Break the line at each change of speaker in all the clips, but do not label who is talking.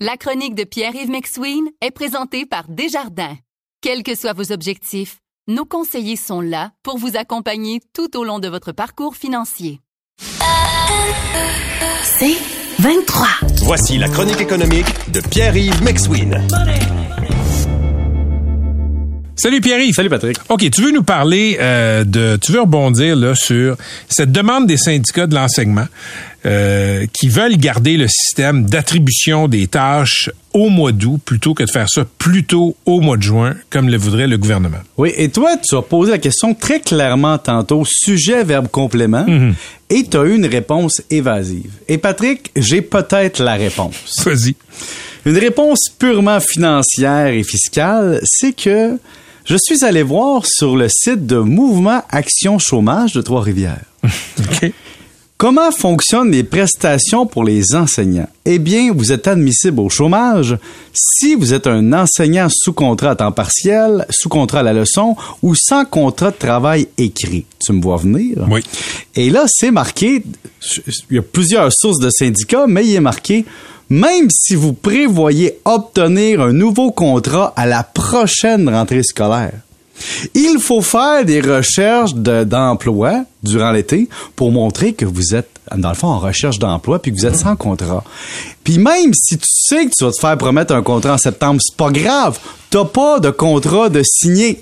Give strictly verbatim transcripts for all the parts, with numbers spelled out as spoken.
La chronique de Pierre-Yves McSween est présentée par Desjardins. Quels que soient vos objectifs, nos conseillers sont là pour vous accompagner tout au long de votre parcours financier.
C'est vingt-trois.
Voici la chronique économique de Pierre-Yves McSween.
Salut Pierre-Yves.
Salut Patrick.
OK, tu veux nous parler euh, de... Tu veux rebondir là sur cette demande des syndicats de l'enseignement euh, qui veulent garder le système d'attribution des tâches au mois d'août plutôt que de faire ça plus tôt au mois de juin, comme le voudrait le gouvernement.
Oui, et toi, tu as posé la question très clairement tantôt, sujet, verbe, complément, mm-hmm. et tu as eu une réponse évasive. Et Patrick, j'ai peut-être la réponse.
Vas-y.
Une réponse purement financière et fiscale, c'est que je suis allé voir sur le site de Mouvement Action Chômage de Trois-Rivières.
OK.
Comment fonctionnent les prestations pour les enseignants? Eh bien, vous êtes admissible au chômage si vous êtes un enseignant sous contrat à temps partiel, sous contrat à la leçon ou sans contrat de travail écrit. Tu me vois venir?
Oui.
Et là, c'est marqué, il y a plusieurs sources de syndicats, mais il est marqué même si vous prévoyez obtenir un nouveau contrat à la prochaine rentrée scolaire. Il faut faire des recherches de, d'emploi durant l'été pour montrer que vous êtes, dans le fond, en recherche d'emploi puis que vous êtes sans contrat. Puis même si tu sais que tu vas te faire promettre un contrat en septembre, c'est pas grave. T'as pas de contrat de signer.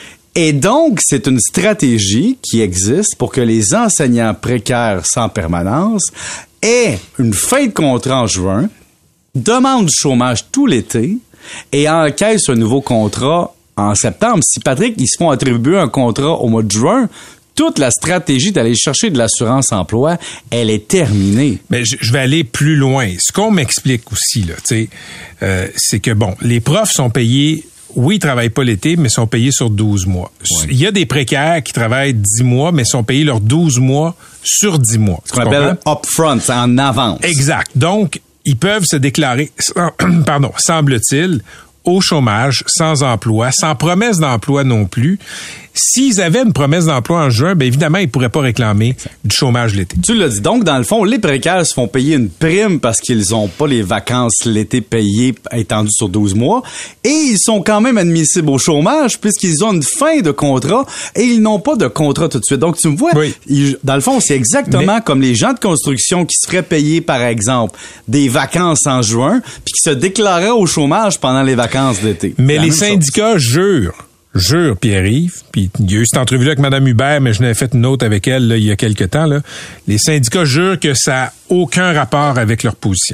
Et donc, c'est une stratégie qui existe pour que les enseignants précaires sans permanence aient une fin de contrat en juin, demandent du chômage tout l'été et encaissent un nouveau contrat en septembre. Si, Patrick, ils se font attribuer un contrat au mois de juin, toute la stratégie d'aller chercher de l'assurance-emploi, elle est terminée.
Mais je, je vais aller plus loin. Ce qu'on m'explique aussi, là, tu sais, euh, c'est que, bon, les profs sont payés, oui, ils travaillent pas l'été, mais sont payés sur douze mois. Ouais. Il y a des précaires qui travaillent dix mois, mais sont payés leurs douze mois sur dix mois.
Ce qu'on appelle upfront, c'est en avance.
Exact. Donc, ils peuvent se déclarer, pardon, semble-t-il, au chômage, sans emploi, sans promesse d'emploi non plus. S'ils avaient une promesse d'emploi en juin, bien évidemment, ils ne pourraient pas réclamer du chômage l'été.
Tu l'as dit. Donc, dans le fond, les précaires se font payer une prime parce qu'ils n'ont pas les vacances l'été payées étendues sur douze mois. Et ils sont quand même admissibles au chômage puisqu'ils ont une fin de contrat et ils n'ont pas de contrat tout de suite. Donc, tu me vois,
oui.
ils, dans le fond, c'est exactement Mais... comme les gens de construction qui se feraient payer, par exemple, des vacances en juin puis qui se déclareraient au chômage pendant les vacances d'été.
Mais les syndicats jurent. Jure, Pierre-Yves, puis il y a eu cette entrevue-là avec Mme Hubert, mais je n'avais fait une autre avec elle là, il y a quelque temps. Là. Les syndicats jurent que ça n'a aucun rapport avec leur position.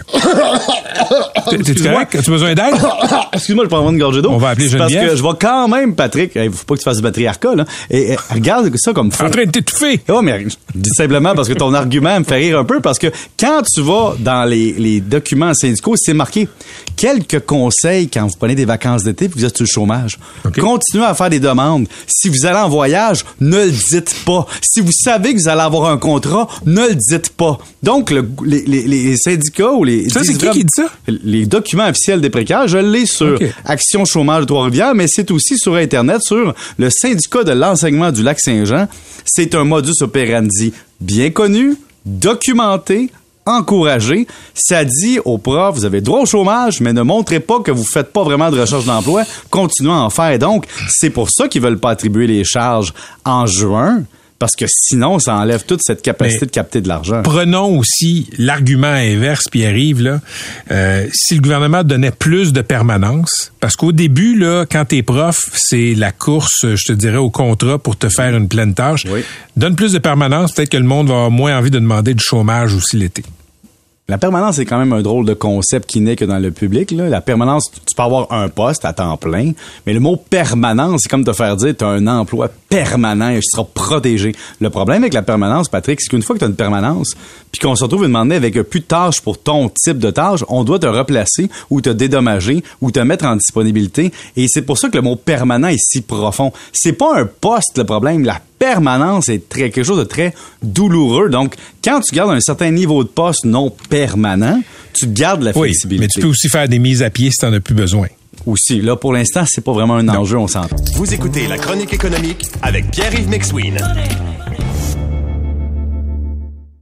T'es-tu correct? As-tu besoin d'aide?
Excuse-moi, je prends une gorgée d'eau.
On va appeler Geneviève.
Parce que je vais quand même, Patrick, il faut pas que tu fasses du patriarcat, là. Et, et regarde ça comme faux.
En train de t'étouffer.
Oh, mais je dis simplement parce que ton argument me fait rire un peu, parce que quand tu vas dans les, les documents syndicaux, c'est marqué quelques conseils quand vous prenez des vacances d'été et que vous êtes sur le chômage. Okay. Continuez à faire des demandes. Si vous allez en voyage, ne le dites pas. Si vous savez que vous allez avoir un contrat, ne le dites pas. Donc, le, les, les, les syndicats ou les...
Ça, c'est qui qui dit ça?
Les documents officiels des précaires, je l'ai sur okay. Action Chômage de Trois-Rivières, mais c'est aussi sur Internet, sur le syndicat de l'enseignement du Lac-Saint-Jean. C'est un modus operandi bien connu, documenté, encouragé. Ça dit aux profs, vous avez droit au chômage, mais ne montrez pas que vous faites pas vraiment de recherche d'emploi. Continuez à en faire. Donc, c'est pour ça qu'ils veulent pas attribuer les charges en juin. Parce que sinon, ça enlève toute cette capacité Mais de capter de l'argent.
Prenons aussi l'argument inverse, Pierre-Yves, là. Euh, si le gouvernement donnait plus de permanence, parce qu'au début, là, quand t'es prof, c'est la course, je te dirais, au contrat pour te faire une pleine tâche. Oui. Donne plus de permanence, peut-être que le monde va avoir moins envie de demander du chômage aussi l'été.
La permanence, c'est quand même un drôle de concept qui n'est que dans le public, là. La permanence, tu peux avoir un poste à temps plein, mais le mot permanence, c'est comme te faire dire, tu as un emploi permanent et tu seras protégé. Le problème avec la permanence, Patrick, c'est qu'une fois que tu as une permanence, puis qu'on se retrouve à demander avec plus de tâches pour ton type de tâche, on doit te replacer ou te dédommager ou te mettre en disponibilité. Et c'est pour ça que le mot permanent est si profond. C'est pas un poste, le problème. La permanence est très, quelque chose de très douloureux. Donc, quand tu gardes un certain niveau de poste non permanent, tu gardes la
oui,
flexibilité.
Mais tu peux aussi faire des mises à pied si tu n'en as plus besoin.
Aussi, là, pour l'instant, c'est pas vraiment un non. enjeu, on s'entend.
Vous écoutez La Chronique économique avec Pierre-Yves McSween.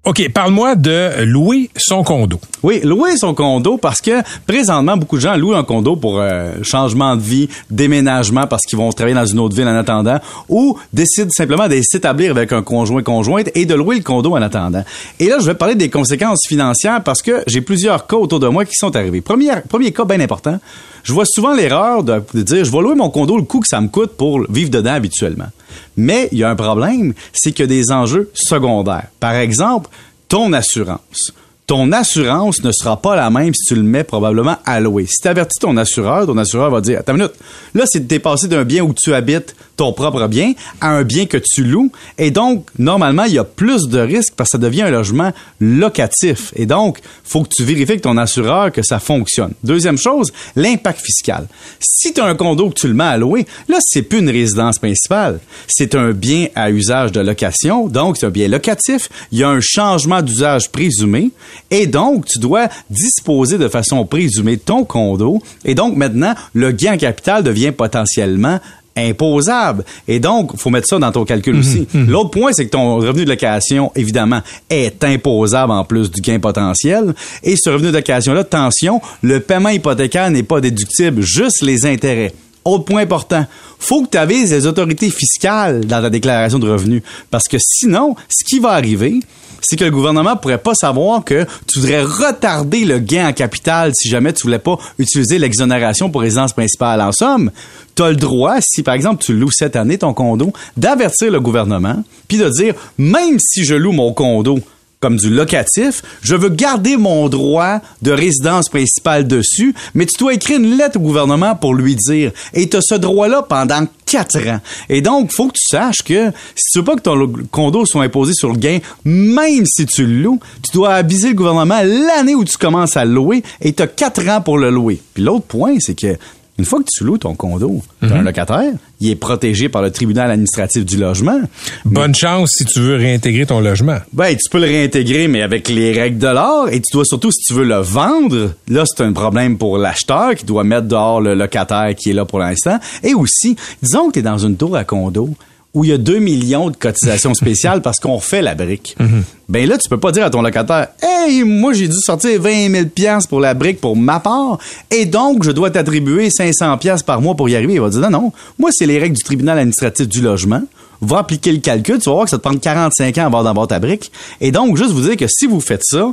OK, parle-moi de louer son condo.
Oui, louer son condo parce que présentement, beaucoup de gens louent un condo pour euh, changement de vie, déménagement parce qu'ils vont travailler dans une autre ville en attendant ou décident simplement de s'établir avec un conjoint conjointe et de louer le condo en attendant. Et là, je vais parler des conséquences financières parce que j'ai plusieurs cas autour de moi qui sont arrivés. Premier, premier cas bien important, je vois souvent l'erreur de, de dire je vais louer mon condo le coût que ça me coûte pour vivre dedans habituellement. Mais il y a un problème, c'est qu'il y a des enjeux secondaires. Par exemple, ton assurance. Ton assurance ne sera pas la même si tu le mets probablement à louer. Si tu avertis ton assureur, ton assureur va dire « Attends une minute, là, c'est t'es passé d'un bien où tu habites ton propre bien à un bien que tu loues. Et donc, normalement, il y a plus de risques parce que ça devient un logement locatif. Et donc, il faut que tu vérifies avec ton assureur que ça fonctionne. Deuxième chose, l'impact fiscal. Si tu as un condo que tu le mets à louer, là, c'est plus une résidence principale. C'est un bien à usage de location. Donc, c'est un bien locatif. Il y a un changement d'usage présumé. Et donc, tu dois disposer de façon présumée de ton condo. Et donc, maintenant, le gain en capital devient potentiellement imposable. Et donc, il faut mettre ça dans ton calcul aussi. Mmh, mmh. L'autre point, c'est que ton revenu de location, évidemment, est imposable en plus du gain potentiel. Et ce revenu de location-là, attention, le paiement hypothécaire n'est pas déductible, juste les intérêts. Autre point important, faut que tu avises les autorités fiscales dans ta déclaration de revenus. Parce que sinon, ce qui va arriver, c'est que le gouvernement pourrait pas savoir que tu voudrais retarder le gain en capital si jamais tu voulais pas utiliser l'exonération pour résidence principale. En somme, tu as le droit, si par exemple tu loues cette année ton condo, d'avertir le gouvernement puis de dire, même si je loue mon condo comme du locatif, je veux garder mon droit de résidence principale dessus, mais tu dois écrire une lettre au gouvernement pour lui dire. Et tu as ce droit-là pendant quatre ans. Et donc, il faut que tu saches que si tu veux pas que ton condo soit imposé sur le gain, même si tu le loues, tu dois aviser le gouvernement l'année où tu commences à le louer et tu as quatre ans pour le louer. Puis l'autre point, c'est que une fois que tu loues ton condo, tu as mm-hmm. un locataire, il est protégé par le tribunal administratif du logement.
Bonne
mais,
chance si tu veux réintégrer ton logement.
Ben, tu peux le réintégrer, mais avec les règles de l'art. Et tu dois surtout, si tu veux le vendre, là, c'est un problème pour l'acheteur qui doit mettre dehors le locataire qui est là pour l'instant. Et aussi, disons que tu es dans une tour à condo où il y a deux millions de cotisations spéciales parce qu'on refait la brique. Mm-hmm. Ben là, tu peux pas dire à ton locataire, « Hey, moi, j'ai dû sortir vingt mille dollars pour la brique pour ma part, et donc, je dois t'attribuer cinq cents dollars par mois pour y arriver. » Il va dire, « Non, non, moi, c'est les règles du tribunal administratif du logement. Va appliquer le calcul, tu vas voir que ça te prend quarante-cinq ans avant d'avoir ta brique. » Et donc, juste vous dire que si vous faites ça,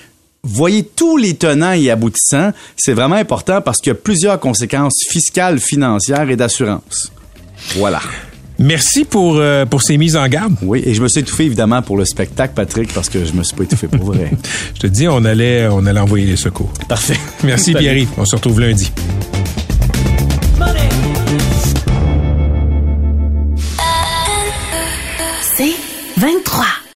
voyez tous les tenants et aboutissants, c'est vraiment important parce qu'il y a plusieurs conséquences fiscales, financières et d'assurance. Voilà.
Merci pour, euh, pour ces mises en garde.
Oui, et je me suis étouffé évidemment pour le spectacle, Patrick, parce que je me suis pas étouffé pour vrai.
Je te dis, on allait, on allait envoyer les secours.
Parfait.
Merci Pierre-Yves. On se retrouve lundi.
C'est vingt-trois.